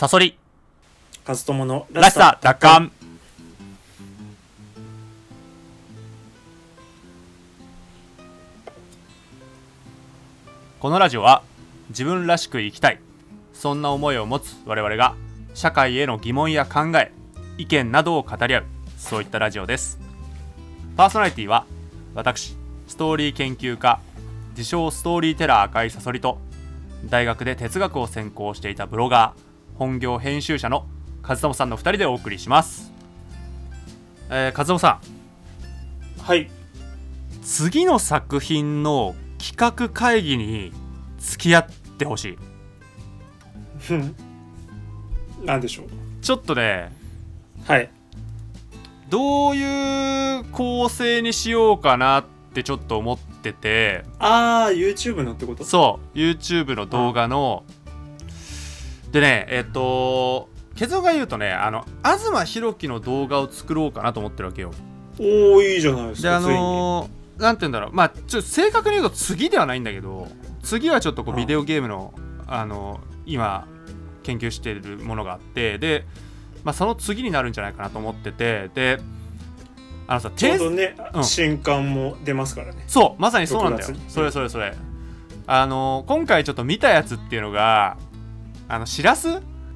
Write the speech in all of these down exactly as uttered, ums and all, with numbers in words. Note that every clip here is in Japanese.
サソリカズトモのらしさ奪還。このラジオは自分らしく生きたい、そんな思いを持つ我々が社会への疑問や考え、意見などを語り合う、そういったラジオです。パーソナリティは私、ストーリー研究家、自称ストーリーテラー赤いサソリと、大学で哲学を専攻していたブロガー、本業編集者のカズトモさんのふたりでお送りします。えー、カズトモさん、はい、 次の作品の企画会議に付き合ってほしい。 なんでしょう。 ちょっとね、 はい、 どういう構成にしようかなってちょっと思ってて。 あー YouTube のってこと？ そう YouTube の動画のでね、えっと結論が言うとね、あの東博樹の動画を作ろうかなと思ってるわけよ。 おー、いいじゃないですか。 で、あのー、なんて言うんだろう、まあちょっと正確に言うと次ではないんだけど、次はちょっとこうビデオゲームの、あのー、今研究しているものがあって、で、まあ、その次になるんじゃないかなと思ってて、で、あのさ、 ちょうどね、 うん、 新刊も出ますからね。 そう、まさにそうなんだよ。それそれそれ。あのー、今回ちょっと見たやつっていうのが、あのしらす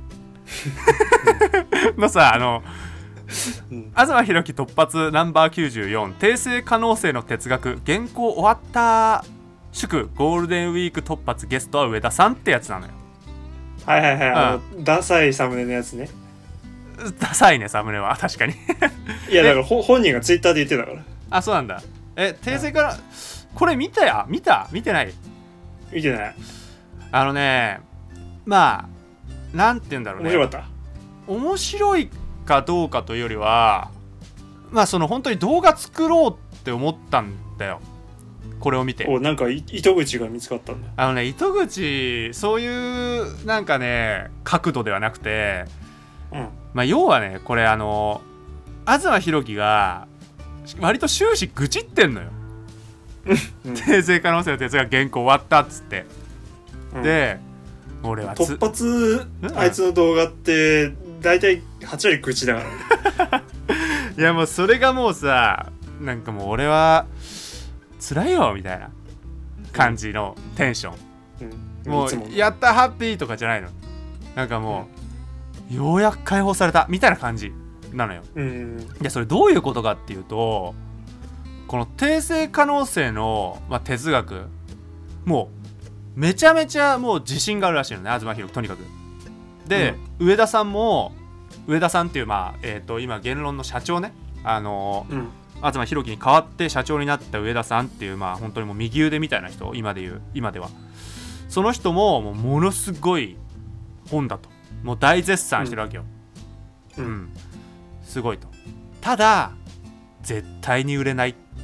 のさ、あの、うん、東博樹突発ナンバーきゅうじゅうよん、訂正可能性の哲学、原稿終わった祝ゴールデンウィーク突発、ゲストは上田さんってやつなのよ。 はいはいはい、うん、あのダサいサムネのやつね。 ダサいね、サムネは確かに。 いやだから本人がツイッターで言ってたから。 あ、そうなんだ。え、訂正から、うん、これ見たや見た見てない見てない。 あのね、まあなんて言うんだろうね、 面白かった。 面白いかどうかというよりは、まあその本当に動画作ろうって思ったんだよ、これを見て。 お、なんか糸口が見つかったんだ。 あのね、糸口、そういうなんかね角度ではなくて、うん、まあ要はね、これあの東博樹が割と終始愚痴ってんのよ。うん、訂正可能性の哲学原稿終わったっつって、うん、で俺は突発、あいつの動画って大体はち割口だからいやもうそれがもうさ、なんかもう俺は辛いよみたいな感じのテンション、うん、もうやったハッピーとかじゃないの、なんかもう、うん、ようやく解放されたみたいな感じなのよ、うん、いやそれどういうことかっていうと、この訂正可能性の、まあ、哲学、もうめちゃめちゃもう自信があるらしいのね、東博樹とにかく。で、うん、上田さんも、上田さんっていう、まあえー、と今言論の社長ね、あのーうん、東博樹に代わって社長になった上田さんっていう、まあ本当にもう右腕みたいな人、今でいう今ではその人ももうものすごい本だと、もう大絶賛してるわけよ、うん、うん、すごいと。ただ絶対に売れないって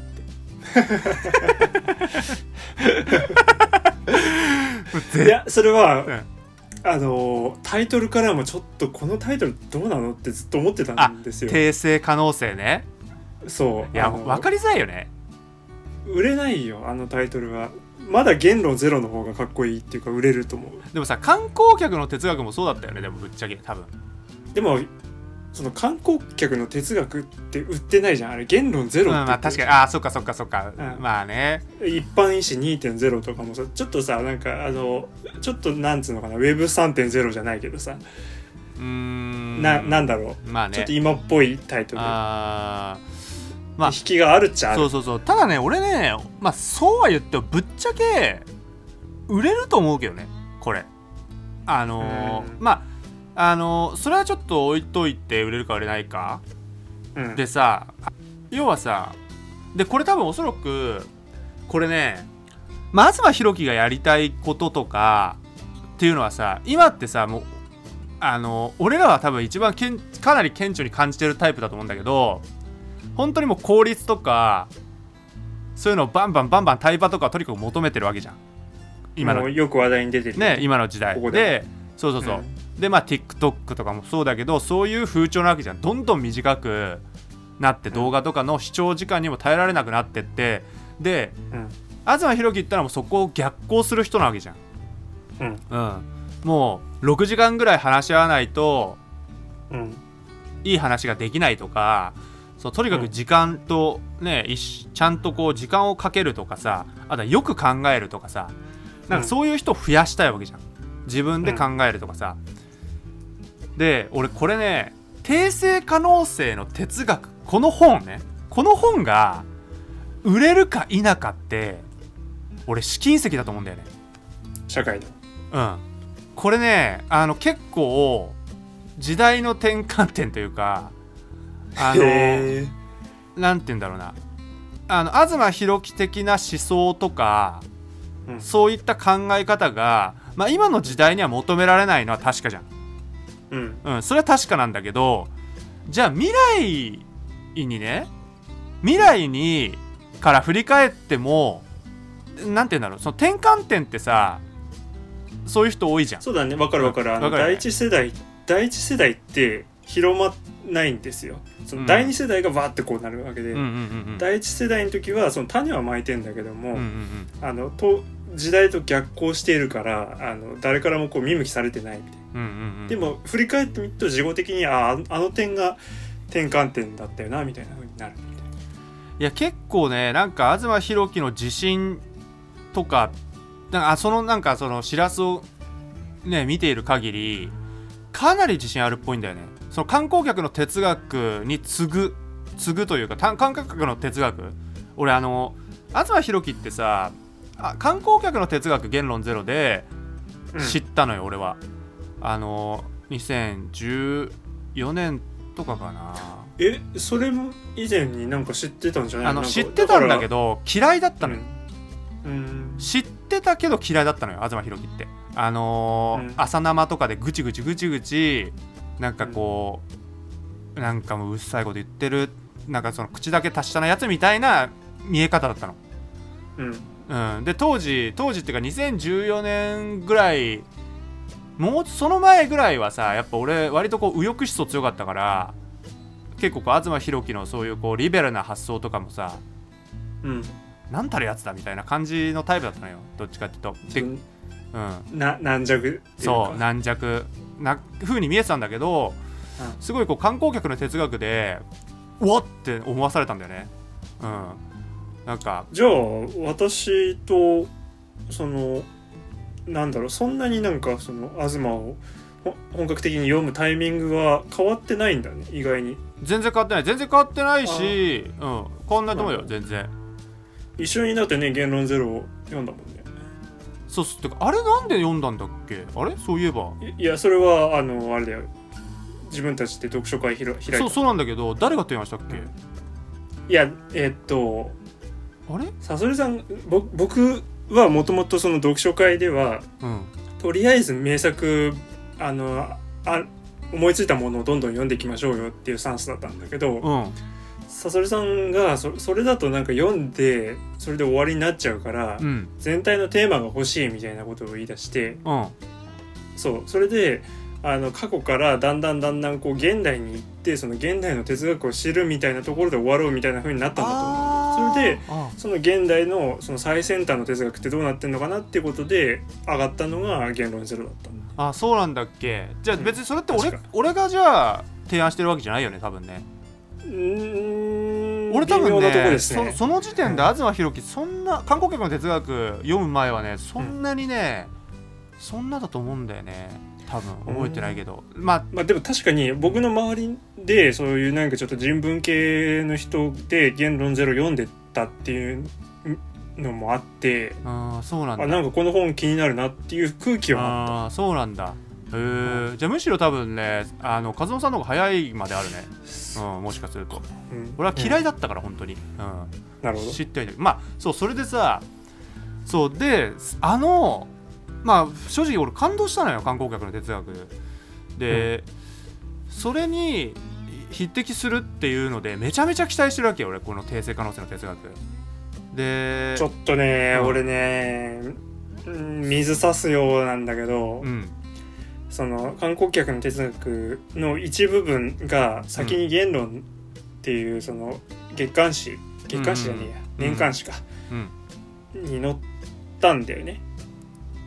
いやそれは、うん、あのタイトルからもちょっとこのタイトルどうなのってずっと思ってたんですよ。 訂正可能性ね。 そう、 いや分かりづらいよね。 売れないよ、あのタイトルは。まだ言論ゼロの方がかっこいいっていうか売れると思う。 でもさ、観光客の哲学もそうだったよね、でもぶっちゃけ多分。 でもその観光客の哲学って売ってないじゃん、あれ言論ゼロって、うん、 まあ確かに、ああそっかそっかそっか、うん、まあね、 一般医師 にてんゼロ とかもさ、ちょっとさ、なんかあのちょっとなんつうのかな、ウェブ さんてんゼロ じゃないけどさ、 うーんな, なんだろう、まあね、ちょっと今っぽいタイトル、 あまあ引きがあるっちゃある。 そうそうそう。ただね、俺ね、まあそうは言ってもぶっちゃけ売れると思うけどね、これ。あのー、まああのー、それはちょっと置いといて売れるか売れないか、うん、でさ、要はさ、でこれ多分おそらくこれね、まあ、東博樹がやりたいこととかっていうのはさ、今ってさ、もうあの俺らは多分一番けんかなり顕著に感じてるタイプだと思うんだけど、本当にもう効率とかそういうのをバンバンバンバンタイパとかとにかく求めてるわけじゃん、今のもうよく話題に出てるね、今の時代ここで。そうそうそう、うん、でまあ TikTok とかもそうだけど、そういう風潮なわけじゃん。どんどん短くなって動画とかの視聴時間にも耐えられなくなってって、で、うん、東博樹って言ったらもうそこを逆行する人なわけじゃん、うんうん、 もうろくじかんぐらい話し合わないと、 うん、 いい話ができないとか、そうとにかく時間とね、うん、ちゃんとこう時間をかけるとかさ、あとはよく考えるとかさ、なんかそういう人を増やしたいわけじゃん。自分で考えるとかさ、うん、で俺これね、定性可能性の哲学、この本ね、この本が売れるか否かって俺試金石だと思うんだよね、 社会で。 うん、これね、あの結構時代の転換点というか、あのなんて言うんだろうな、あの東博樹的な思想とか、うん、そういった考え方が、まあ、今の時代には求められないのは確かじゃん、 うんうん、それは確かなんだけど、じゃあ未来にね、未来にから振り返ってもなんて言うんだろう、その転換点ってさ、そういう人多いじゃん。 そうだね、分かる分かる、うん、あの第一世代第一世代って広まないんですよ。その第二世代がバーってこうなるわけで、うんうんうんうん、第一世代の時はその種はまいてんだけども、うんうんうん、あのと時代と逆行しているから、あの誰からもこう見向きされてないみたいな、うんうんうん、でも振り返ってみると事後的にああの点が転換点だったよなみたいな風になるみたいな。 いや結構ね、なんか東博樹の自信とか、なんかそのなんかそのしらすをね見ている限りかなり自信あるっぽいんだよね。その観光客の哲学に次ぐ次ぐというか、観光客の哲学、俺あの東博樹ってさ、あ観光客の哲学言論ゼロで知ったのよ、うん、俺は。あのにせんじゅうよねんとかかな。 え、それも以前になんか知ってたんじゃないの？ あの知ってたんだけど嫌いだったのよ、 うんうん、 知ってたけど嫌いだったのよ、東博樹って。あのーうん、朝生とかでぐちぐちぐちぐちなんかこう、うん、なんかもううっさいこと言ってる、なんかその口だけ達者なやつみたいな見え方だったの、うんうん、で当時当時っていうかにせんじゅうよねんぐらい、もうその前ぐらいはさ、やっぱ俺割とこう右翼思想強かったから、結構こう東博樹のそういうこうリベラルな発想とかもさ、うん、なんたるやつだみたいな感じのタイプだったのよ、どっちかっていうと。で、うん、 な軟弱っていうか、 そう軟弱な風に見えてたんだけど、うん、すごいこう観光客の哲学でうわって思わされたんだよね。うん、なんかじゃあ私とそのなんだろう、そんなになんかその東を本格的に読むタイミングは変わってないんだね、意外に。 全然変わってない全然変わってないし、うん、変わんないと思うよ、全然。 一緒になってね、言論ゼロを読んだもんね。 そうっす。てかあれなんで読んだんだっけ、あれそういえば。 いやそれはあのあれだよ、自分たちで読書会ひろ開いた。 そうそうなんだけど、誰が提案したっけ、うん、 いやえー、っとあれさそりさん、ぼ僕はもともとその読書会では、うん、とりあえず名作あのあ思いついたものをどんどん読んでいきましょうよっていうスタンスだったんだけど、うん、さそりさんが そ, それだとなんか読んでそれで終わりになっちゃうから、うん、全体のテーマが欲しいみたいなことを言い出して、うん、そうそれであの過去からだんだんだんだんこう現代に行って、その現代の哲学を知るみたいなところで終わろうみたいな風になったんだと思う。それでその現代 の, その最先端の哲学ってどうなってんのかなっていうことで上がったのが言論ゼロだったんだ。 あ、そうなんだっけ。じゃあ別にそれって 俺,、うん、俺がじゃあ提案してるわけじゃないよね、多分ね。 うーん、 俺多分 ね, ねそ, その時点で東博樹そんな観光客の哲学読む前はね、そんなにね、うん、そんなだと思うんだよね、多分覚えてないけど、まあ、 まあでも確かに僕の周りでそういうなんかちょっと人文系の人で言論ゼロ読んでたっていうのもあって、 あ、そうなんだ。 あ、なんかこの本気になるなっていう空気はあった。 あ、そうなんだ。へー、じゃあむしろ多分ね、あの和夫さんの方が早いまであるね、うん、もしかすると、うん、俺は嫌いだったから、うん、本当に、うん、 なるほど。 知ってはいた。まあそう、それでさ、そうで、あのまあ正直俺感動したのよ、観光客の哲学で、うん、それに匹敵するっていうのでめちゃめちゃ期待してるわけよ、俺、この定性可能性の哲学で。 ちょっとね、うん、俺ね、水差すようなんだけど、うん、その観光客の哲学の一部分が先に言論っていうその月刊誌、月刊誌じゃねえや、うん、年刊誌か、うん、に載ったんだよね。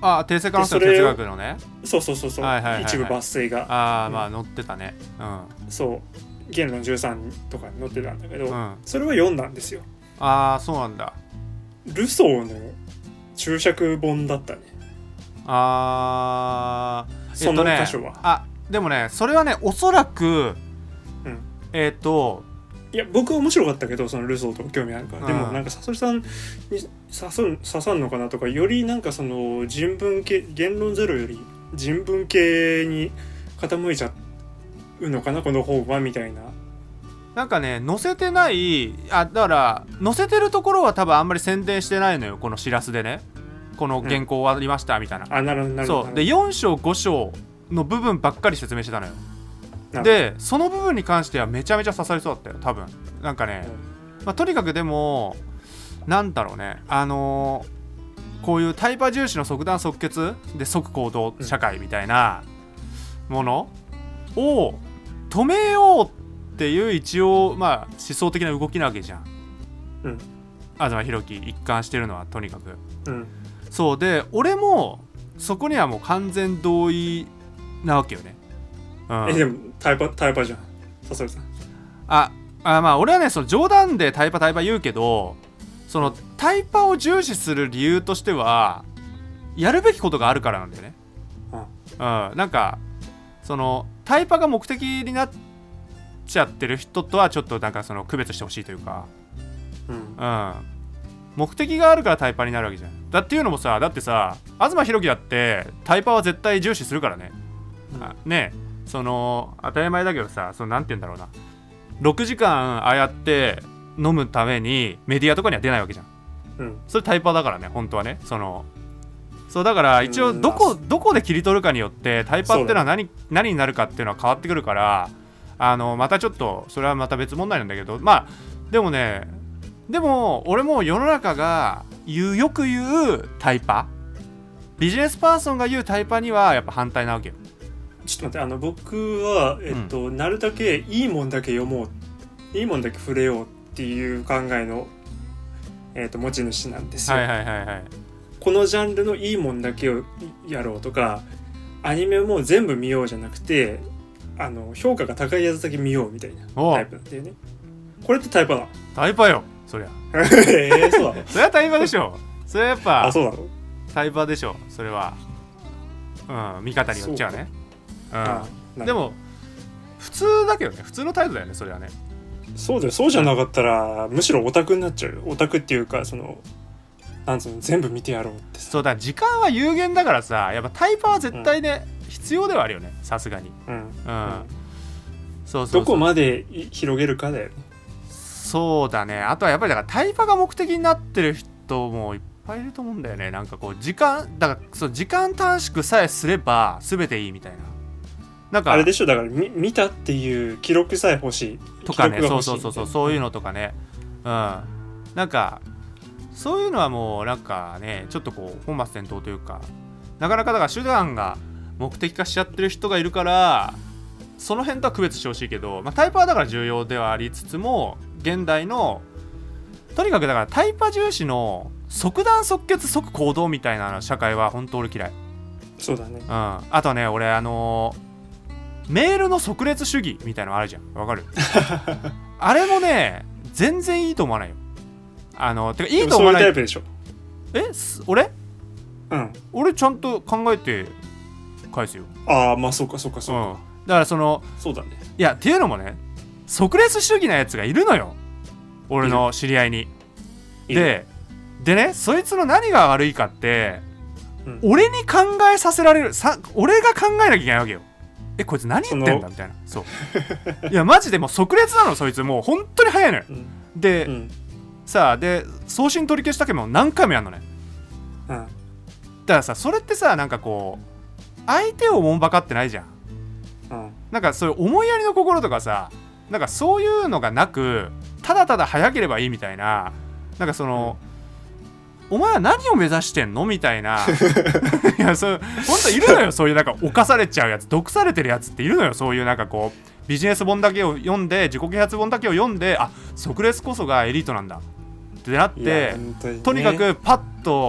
ああ、定世界の哲学のね。 そうそうそうそう、はいはいはいはい、一部抜粋がああ、うん、まあ載ってたね。うん。 そう言論じゅうさんとかに載ってたんだけど、うん、それは読んだんですよ。 ああ、そうなんだ。 ルソーの注釈本だったね。 あー、その箇所は、えっとね、 あ、でもね、それはね、おそらく、うん、えっ、ー、といや僕は面白かったけど、そのルソーとか興味あるから、うん、でもなんかサソリさんに刺さん刺さんのかなとか、よりなんかその人文系、言論ゼロより人文系に傾いちゃうのかなこの本はみたいな。 なんかね、載せてない、あ、だから載せてるところは多分あんまり宣伝してないのよ、この知らすでね、この原稿終わりましたみたいな、うん、 あ、なるほどなるほど。 そうでよん章ご章の部分ばっかり説明してたのよ。でその部分に関してはめちゃめちゃ刺さりそうだったよ多分。なんかね、うん、まあ、とにかくでもなんだろうね、あのー、こういうタイパ重視の即断即決で即行動社会みたいなものを止めようっていう一応まあ思想的な動きなわけじゃん、うん、東博樹一貫してるのはとにかく、うん、そうで俺もそこにはもう完全同意なわけよね、 うん、えでもタイパタイパじゃん笹井さん。 ああ、まあ俺はねその冗談でタイパタイパ言うけど、そのタイパを重視する理由としてはやるべきことがあるからなんだよね、うん、うん、なんかそのタイパが目的になっちゃってる人とはちょっとなんかその区別してほしいというか、うん、うん、目的があるからタイパになるわけじゃん。だっていうのもさ、だってさ東博樹だってタイパは絶対重視するからね、うん、あね、その当たり前だけどさ、そのなんて言うんだろうな、ろくじかんああやって飲むためにメディアとかには出ないわけじゃん、うん、それタイパだからね本当はね。そのそうだから一応どこ、どこで切り取るかによってタイパってのは 何, 何になるかっていうのは変わってくるから、あのまたちょっとそれはまた別問題なんだけど、まあでもね、でも俺も世の中が言うよく言うタイパ、ビジネスパーソンが言うタイパにはやっぱ反対なわけよ。 ちょっと待って、あの僕は、えっとうん、なるだけいいもんだけ読もう、いいもんだけ触れようっていう考えの、えっと、持ち主なんですよ、 はいはいはいはい、 このジャンルのいいもんだけをやろうとか、アニメも全部見ようじゃなくて、あの評価が高いやつだけ見ようみたいなタイプなんだよね。これってタイパだ。 タイパよそりゃえー、そうだそれはタイパでしょ。それはやっぱあ、そうなのタイパでしょそれは。うん、見方によっちゃね。うん、でも普通だけどね、普通の態度だよねそれはね。 そうだよ、そうじゃなかったらむしろオタクになっちゃうよ。オタクっていうかそのなんつうの、全部見てやろうってさ。 そうだ、時間は有限だからさ、やっぱタイパは絶対ね、うん、必要ではあるよね、さすがに、うんうん、 そうそうそう、どこまで広げるかだよね。 そうだね。あとはやっぱりだからタイパが目的になってる人もいっぱいいると思うんだよね。なんかこう時間だから、そう時間短縮さえすれば全ていいみたいな。 なんかあれでしょ、だから見、見たっていう記録さえ欲しいとかね、そうそうそうそう、そういうのとかね、うん、なんかそういうのはもうなんかね、ちょっとこう本末転倒というか、なかなかだから手段が目的化しちゃってる人がいるから、その辺とは区別してほしいけど、まあ、タイパはだから重要ではありつつも、現代のとにかくだからタイパ重視の即断即決即行動みたいな社会は本当俺嫌い。 そうだね、 うん、あとはね、俺あのーメールの即列主義みたいなのあるじゃん、わかるあれもね全然いいと思わないよ。あのてかいいと思わない。 そういうタイプでしょ。 え俺うん俺ちゃんと考えて返すよ。 ああ、まあそうかそうかそうか、うん、 だからそのそうだね。 いやっていうのもね、即列主義なやつがいるのよ、俺の知り合いに。いででね、そいつの何が悪いかって、うん、俺に考えさせられるさ、俺が考えなきゃいけないわけよ。えこいつ何言ってんだみたいな。そういやマジでもう即列なの、そいつもう本当に早いのよ、うん、で、うん、さあで送信取り消したけも何回もやんのね、うん、だからさ、それってさ、なんかこう相手をおもんばかってないじゃん、うん、なんかそういう思いやりの心とかさ、なんかそういうのがなく、ただただ早ければいいみたいな、なんかその、うん、お前は何を目指してんのみたいな。いや、そう本当いるのよ、そういうなんか侵されちゃうやつ、毒されてるやつっているのよ。そういうなんかこうビジネス本だけを読んで、自己啓発本だけを読んで、あ、即列こそがエリートなんだってなって、ね、とにかくパッと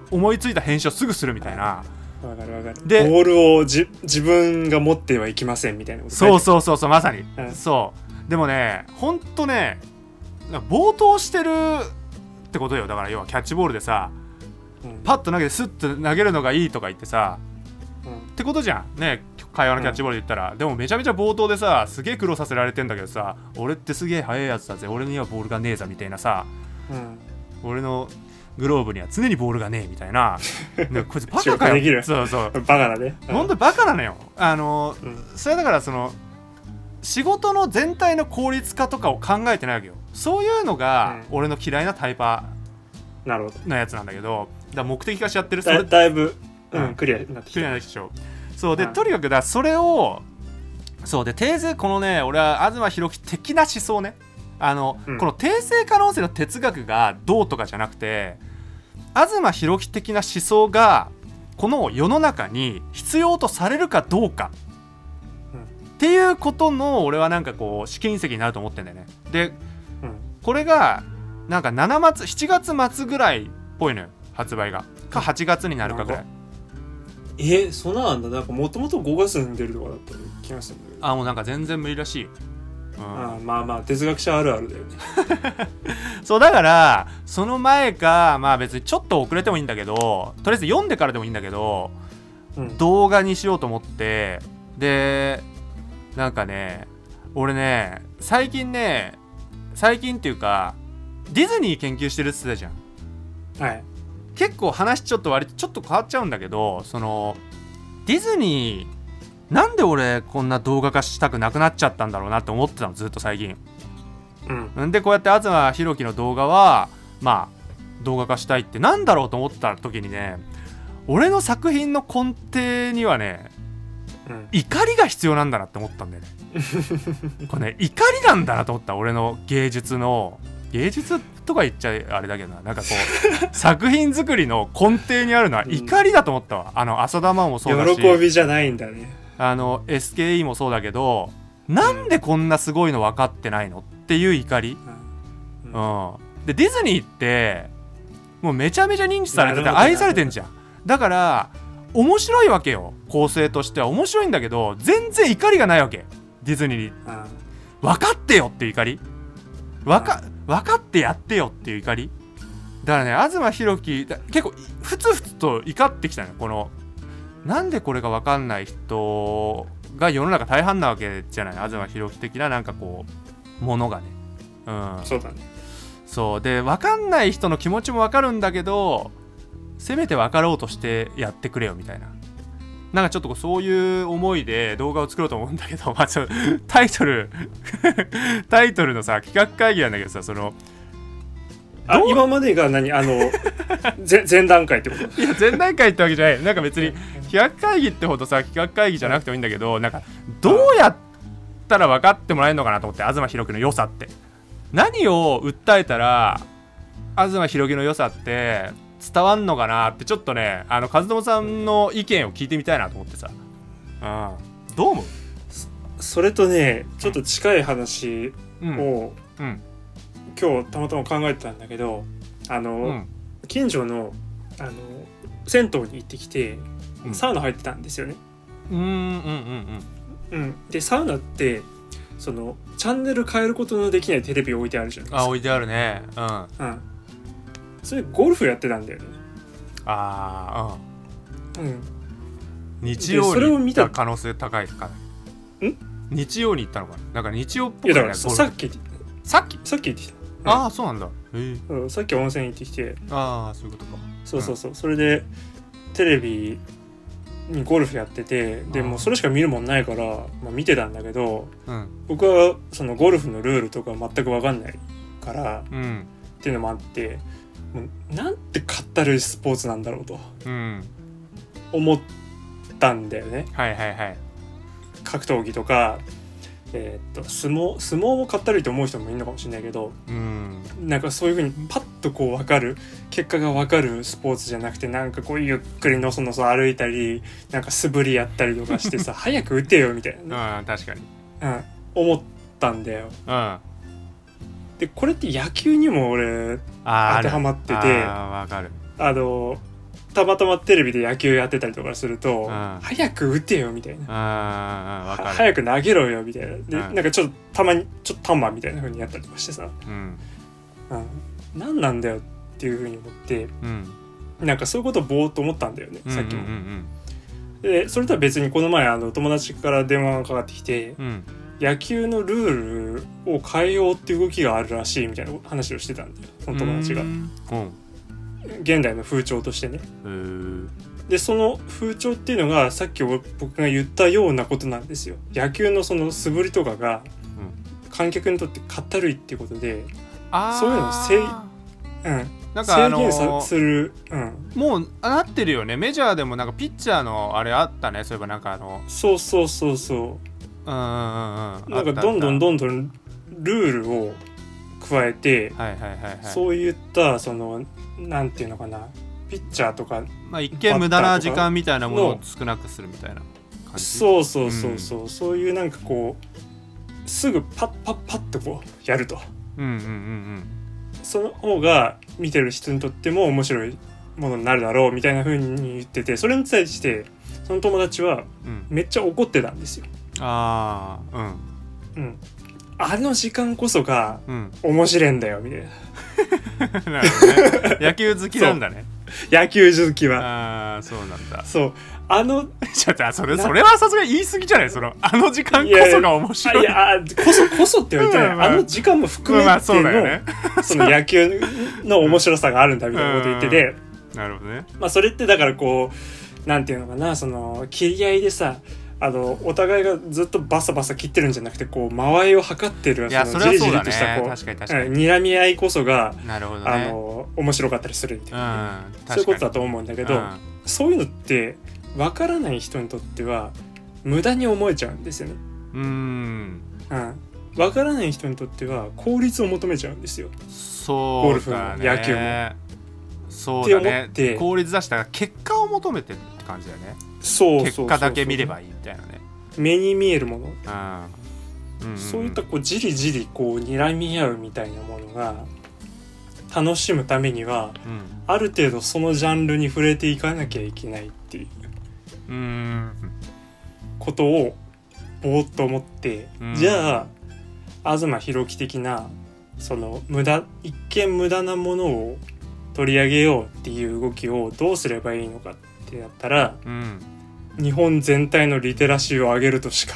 思いついた編集をすぐするみたいな。 わかるわかる。でボールをじ自分が持ってはいけませんみたいなこと。 そうそうそうそうまさに、うん、そうでもねほんとね暴投してるってことよ。だから要はキャッチボールでさ、うん、パッと投げてスッと投げるのがいいとか言ってさ、うん、ってことじゃんね会話のキャッチボールで言ったら、うん、でもめちゃめちゃ暴投でさすげえ苦労させられてんだけどさ俺ってすげえ速いやつだぜ俺にはボールがねえざみたいなさ、うん、俺のグローブには常にボールがねえみたいなこいつバカかよそうそうバカだね、 うん、ほんとバカなのよ。あの、うん、それだからその仕事の全体の効率化とかを考えてないわけよ。そういうのが俺の嫌いなタイパーなやつなんだけど、だから目的化しちゃってる。それだ, だいぶ、うんうん、クリアになってきた。 クリアになってきた。そうで、うん、とにかくだそれをそうで訂正このね俺は東博樹的な思想ねあの、うん、この訂正可能性の哲学がどうとかじゃなくて東博樹的な思想がこの世の中に必要とされるかどうか、うん、っていうことの俺はなんかこう試金石になると思ってんだよね。で、うん、これがなんかしちがつしちがつ末ぐらいっぽいのよ発売がかはちがつになるかぐらい。 えそんななんだ。なんかもともとごがつに出るとかだった気がするんだけど。 あもうなんか全然無理らしいよ。 うん、あまあまあ哲学者あるあるだよねそうだからその前かまあ別にちょっと遅れてもいいんだけどとりあえず読んでからでもいいんだけど、うん、動画にしようと思ってでなんかね俺ね最近ね最近っていうかディズニー研究してるって言ってたじゃん。はい。結構話ちょっと割とちょっと変わっちゃうんだけどそのディズニーなんで俺こんな動画化したくなくなっちゃったんだろうなって思ってたのずっと最近、うん、でこうやって東博樹の動画はまあ動画化したいってなんだろうと思った時にね俺の作品の根底にはね、うん、怒りが必要なんだなって思ったんだよねこれね怒りなんだなと思った。俺の芸術の芸術とか言っちゃあれだけどななんかこう作品作りの根底にあるのは怒りだと思ったわ、うん、あの浅田真央もそうだし喜びじゃないんだね。 あの エスケーイー もそうだけどなんでこんなすごいの分かってないのっていう怒り、うんうん、でディズニーってもうめちゃめちゃ認知されてて愛されてんじゃん。だから面白いわけよ構成としては面白いんだけど全然怒りがないわけディズニーに、うん、分かってよっていう怒り分か、分かってやってよっていう怒りだからね東博樹結構ふつふつと怒ってきたのよ。このなんでこれが分かんない人が世の中大半なわけじゃない東博樹的ななんかこうものがね、うん、 そうだね。 そうで分かんない人の気持ちも分かるんだけどせめて分かろうとしてやってくれよみたいななんかちょっとそういう思いで動画を作ろうと思うんだけど、まあ、ちょタイトルタイトルのさ企画会議なんだけどさそのあ今までが何あの前段階ってこと？ いや前段階ってわけじゃない。なんか別に企画会議ってほどさ企画会議じゃなくてもいいんだけどなんかどうやったら分かってもらえるのかなと思って東博樹の良さって何を訴えたら東博樹の良さって伝わんのかなってちょっとねあの和友さんの意見を聞いてみたいなと思ってさ、うん、どう思う？ そ, それとねちょっと近い話を、うんうん今日たまたま考えてたんだけどあの、うん、近所のあの銭湯に行ってきて、うん、サウナ入ってたんですよね。 うんうんうんうんうんでサウナってそのチャンネル変えることのできないテレビ置いてあるじゃないですか。 あ置いてあるね。うん、うん、 それゴルフやってたんだよね。 ああうん、うん、 日曜に行った可能性高いかな。ん日曜に行ったのかな。だから日曜っぽくない。いやだからさっきさっきさっき行ってきた。 ああそうなんだ。へうん、さっき温泉行ってきてああそういうことか。 そうそうそう、うん、それでテレビにゴルフやっててでもうそれしか見るもんないから、まあ、見てたんだけど、うん、僕はそのゴルフのルールとか全く分かんないから、うん、っていうのもあってもうなんてかったるいスポーツなんだろうと、うん、思ったんだよね。 はいはいはい。 格闘技とかえー、っと相撲相撲もかったるいと思う人もいるのかもしれないけど、うん、なんかそういう風にパッとこう分かる結果が分かるスポーツじゃなくてなんかこうゆっくりのそのそ歩いたりなんか素振りやったりとかしてさ早く打てよみたいな、 ね、うん確かに、 うん、思ったんだよ、うん、でこれって野球にも俺当てはまっててあ分かるあのたまたまテレビで野球やってたりとかすると、うん、早く打てよみたいな、 あ分かる早く投げろよみたいなで、うん、なんかちょっとたまにちょっとタンマンみたいな風にやったりとかしてさ、うんうん、何なんだよっていう風に思って、うん、なんかそういうことをぼーっと思ったんだよね、さっきも、うんうんうんうん、でそれとは別にこの前あの友達から電話がかかってきて、うん、野球のルールを変えようっていう動きがあるらしいみたいな話をしてたんだよ、その友達が、うん、現代の風潮としてね。でその風潮っていうのがさっき僕が言ったようなことなんですよ。野球のその素振りとかが観客にとってかったるいっていうことで、うん、そういうのを制、うん、なんか制限さする、うん、 もうなってるよね。メジャーでもなんかピッチャーのあれあったね。そういえばなんかあのそうそうそうそう、うんうんうん、なんかどんどんどんどんルールを加えて、はいはいはいはい、そういったそのなんていうのかな、ピッチャーとか、 まあ、一見無駄な時間みたいなものを少なくするみたいな感じ。 そうそうそうそう、うん、そういうなんかこうすぐパッパッパッとこうやると、うんうんうんうん、その方が見てる人にとっても面白いものになるだろうみたいな風に言ってて、それに対してその友達はめっちゃ怒ってたんですよ、うん、ああうんうんあの時間こそが面白いんだよみたいな、なるほどね、野球好きなんだね野球好きは。 ああそうなんだ。 そうあのちょっとそれそれはさすがに言い過ぎじゃない、そのあの時間こそが面白い。 いやいやこそこそって言われてない、うんまあ、あの時間も含めての、まあそうだよね、その野球の面白さがあるんだみたいなこと言ってて、 なるほどね。 まあそれってだからこうなんていうのかな、その切り合いでさ、あのお互いがずっとバサバサ切ってるんじゃなくて、こう間合いを測ってる、そのじりじりとしたこう睨み合いこそが、なるほど、ね、あの面白かったりするみたいな、うん、そういうことだと思うんだけど、うん、そういうのって分からない人にとっては無駄に思えちゃうんですよね。うん、うん、分からない人にとっては効率を求めちゃうんですよ。 そうだね、ゴルフも野球もそうだね、って効率出したら結果を求めてるって感じだよね。 そうそうそうそう、 結果だけ見ればいいみたいなね、 目に見えるもの、うんうんうん、そういったこうじりじりこう睨み合うみたいなものが楽しむためには、うん、ある程度そのジャンルに触れていかなきゃいけないっていうことをぼーっと思って、うん、じゃあ東博樹的なその無駄一見無駄なものを取り上げようっていう動きをどうすればいいのかってなったら、うん、日本全体のリテラシーを上げるとしか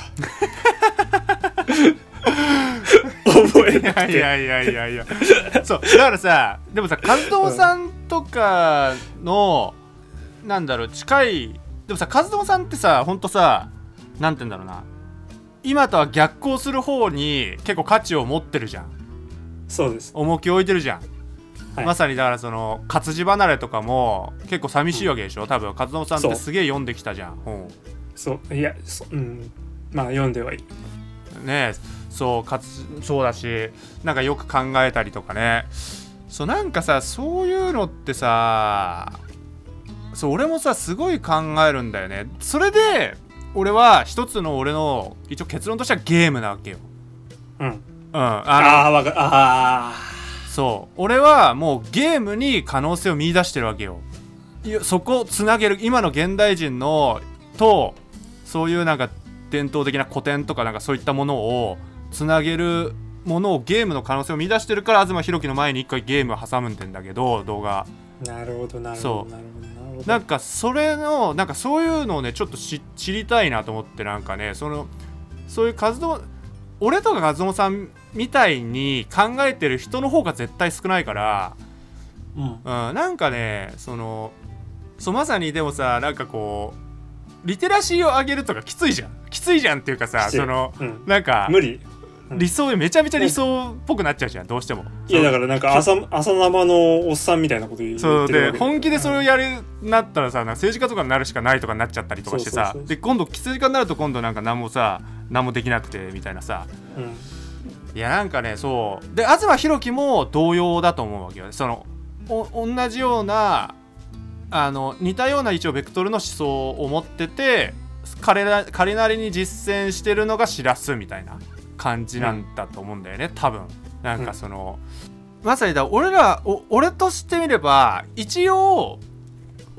覚えなくて。 いやいやいやいやそうだからさ、でもさ和友さんとかの、うん、なんだろう近い、でもさ和友さんってさほんとさなんて言うんだろうな、今とは逆行する方に結構価値を持ってるじゃん。 そうです、 重きを置いてるじゃん、はい、まさにだからその活字離れとかも結構寂しいわけでしょ、うん、多分和友さんってすげえ読んできたじゃん。 そう、そういやそ、うん、まあ読んではいいねえ、そうかつそうだし、なんかよく考えたりとかね、そうなんかさそういうのってさ、そう俺もさすごい考えるんだよね。それで俺は一つの俺の一応結論としてはゲームなわけよ。うんうん、ああわかあそう俺はもうゲームに可能性を見出してるわけよ。そこをつなげる、今の現代人のとそういうなんか伝統的な古典とかなんかそういったものをつなげるものをゲームの可能性を見出してるから、東博樹の前に一回ゲームを挟むんでんだけど、動画。 なるほどなるほどなるほど。 なんかそれのなんかそういうのをねちょっと知りたいなと思って、なんかねそのそういう活動、俺とか和友さんみたいに考えてる人の方が絶対少ないから、うんうん、なんかねそのそうまさにでもさ、なんかこうリテラシーを上げるとかきついじゃんきついじゃんっていうかさ、その、うん、なんか無理、 うん、理想めちゃめちゃ理想っぽくなっちゃうじゃん、どうしても。 いやだからなんか朝朝生のおっさんみたいなこと言ってるわけそうで、本気でそれをやるなったらさ、なんか政治家とかになるしかないとかになっちゃったりとかしてさ、そうそうそうそう、で今度政治家になると今度なんか何もさ何もできなくてみたいなさ、うん、いやなんかねそうで東博樹も同様だと思うわけよ。そのお同じようなあの似たような一応ベクトルの思想を持ってて、彼ら彼なりに実践してるのがしらすみたいな感じなんだと思うんだよね、うん、多分なんかその、うん、まさにだ俺らお俺としてみれば一応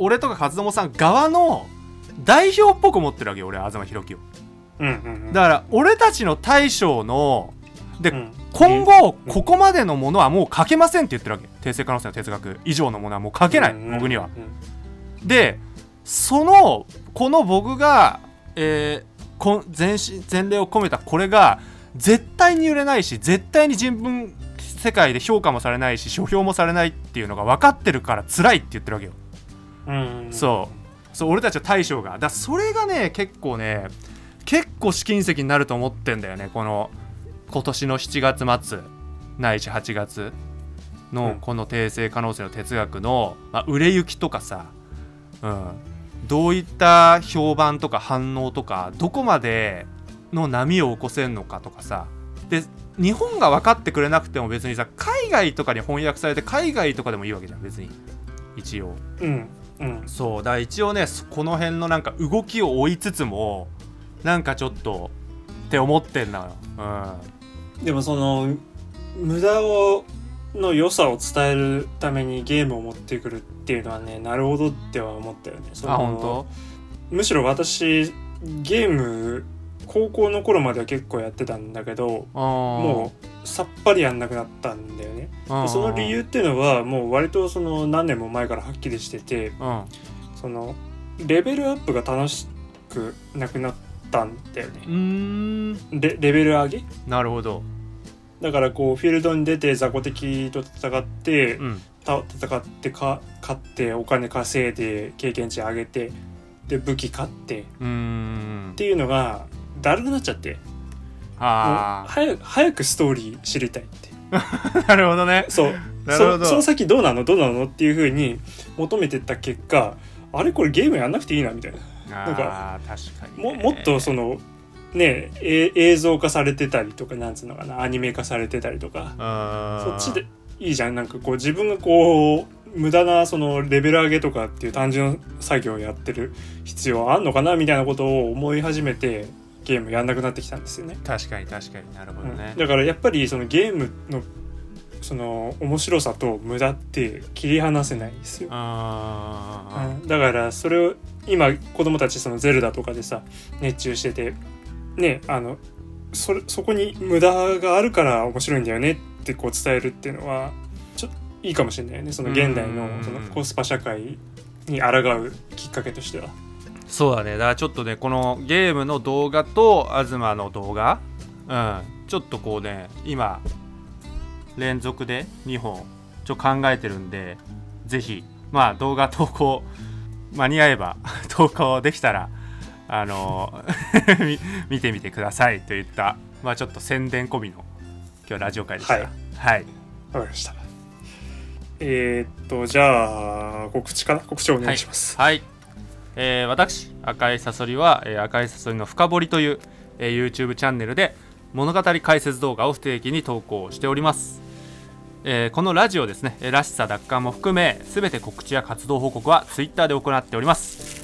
俺とか勝友さん側の代表っぽく思ってるわけよ俺は東博樹を、 うんうんうん、 だから俺たちの大将ので、うん、今後ここまでのものはもう書けませんって言ってるわけ。定性可能性の哲学以上のものはもう書けない、うんうん、僕には、うん、でそのこの僕が、えー、全全霊を込めたこれが絶対に売れないし絶対に人文世界で評価もされないし書評もされないっていうのが分かってるから辛いって言ってるわけよ、うんうんうん、そうそう俺たちは大将がだからそれがね結構ね結構試金石になると思ってんだよね。この今年のしちがつ末ないしはちがつのこの定性可能性の哲学の、まあ、売れ行きとかさ、うん、どういった評判とか反応とかどこまでの波を起こせんのかとかさで日本が分かってくれなくても別にさ海外とかに翻訳されて海外とかでもいいわけじゃん別に一応、 うんうん、 そうだから一応ねこの辺のなんか動きを追いつつもなんかちょっとって思ってんのよ、 うん、でもその無駄をの良さを伝えるためにゲームを持ってくるっていうのはねなるほどっては思ったよね。そのあ本当？ むしろ私ゲーム高校の頃までは結構やってたんだけどもうさっぱりやんなくなったんだよね。でその理由っていうのはもう割とその何年も前からはっきりしてて、うん、そのレベルアップが楽しくなくなったんだよね。うーん レ, レベル上げなるほど。 だからこうフィールドに出て雑魚敵と戦って、うん、た戦ってか勝ってお金稼いで経験値上げてで武器買ってうーんっていうのがだるくなっちゃってあ早く早くストーリー知りたいってなるほどね。 そうなるほど そ, その先どうなのどうなのっていう風に求めてった結果あれこれゲームやんなくていいなみたいな。なんか確かに、ね、も, もっとそのねえ映像化されてたりとかなんつうのかなアニメ化されてたりとかそっちでいいじゃん。なんかこう自分がこう無駄なそのレベル上げとかっていう単純作業をやってる必要あんのかなみたいなことを思い始めてゲームやんなくなってきたんですよね。 確かに確かになるほどね、 うん、だからやっぱりそのゲームのその面白さと無駄って切り離せないんですよ。あ、うん、だからそれを今子供たちそのゼルダとかでさ熱中しててねあの そ, そこに無駄があるから面白いんだよねってこう伝えるっていうのはちょっといいかもしれないよね。その現代のそのコスパ社会に抗うきっかけとしては。 そうだね。だからちょっとねこのゲームの動画と東の動画、うん、ちょっとこうね今連続でにほんちょっと考えてるんでぜひまあ動画投稿間に合えば投稿できたらあの見てみてくださいといったまあちょっと宣伝込みの今日ラジオ会でした。はい、はい、 わかりました。えー、っとじゃあ告知かな告知をお願いします。 はい、はいえー、私赤いサソリは、えー、赤いサソリの深掘りという、えー、YouTube チャンネルで物語解説動画を不定期に投稿しております。えー、このラジオですねらしさ奪還も含め全て告知や活動報告は Twitter で行っております。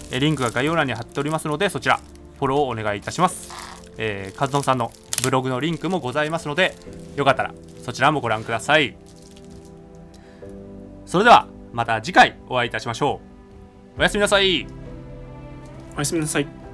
えー、リンクが概要欄に貼っておりますのでそちらフォローをお願いいたします。えー、カズノさんのブログのリンクもございますのでよかったらそちらもご覧ください。それではまた次回お会いいたしましょう。おやすみなさい。 おやすみなさい。